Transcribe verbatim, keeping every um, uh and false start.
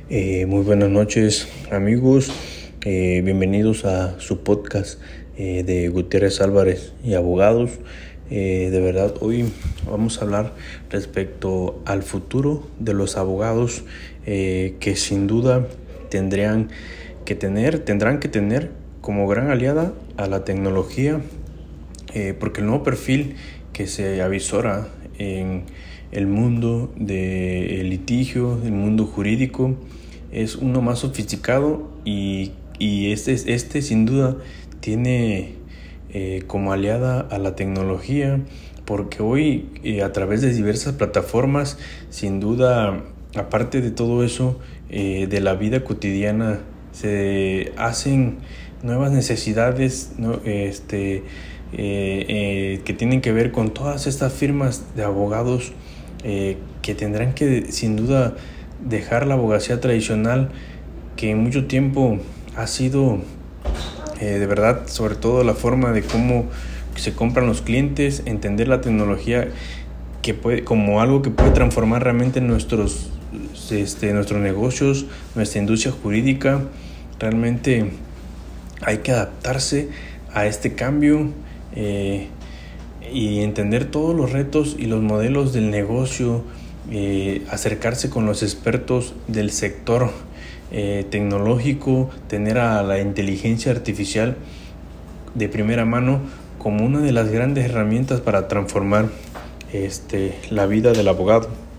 Eh, muy buenas noches, amigos. Eh, bienvenidos a su podcast eh, de Gutiérrez Álvarez y Abogados. Eh, de verdad, hoy vamos a hablar respecto al futuro de los abogados eh, que sin duda tendrían que tener, tendrán que tener como gran aliada a la tecnología, eh, porque el nuevo perfil que se avisora en el mundo del litigio, el mundo jurídico, es uno más sofisticado y, y este, este sin duda tiene eh, como aliada a la tecnología, porque hoy eh, a través de diversas plataformas, sin duda, aparte de todo eso, eh, de la vida cotidiana, se hacen nuevas necesidades, ¿no? este, eh, eh, que tienen que ver con todas estas firmas de abogados eh, que tendrán que sin duda dejar la abogacía tradicional, que en mucho tiempo ha sido eh, de verdad, sobre todo la forma de cómo se compran los clientes, entender la tecnología que puede, como algo que puede transformar realmente nuestros, este, nuestros negocios, nuestra industria jurídica. Realmente hay que adaptarse a este cambio eh, y entender todos los retos y los modelos del negocio, eh, acercarse con los expertos del sector eh, tecnológico, tener a la inteligencia artificial de primera mano como una de las grandes herramientas para transformar este, la vida del abogado.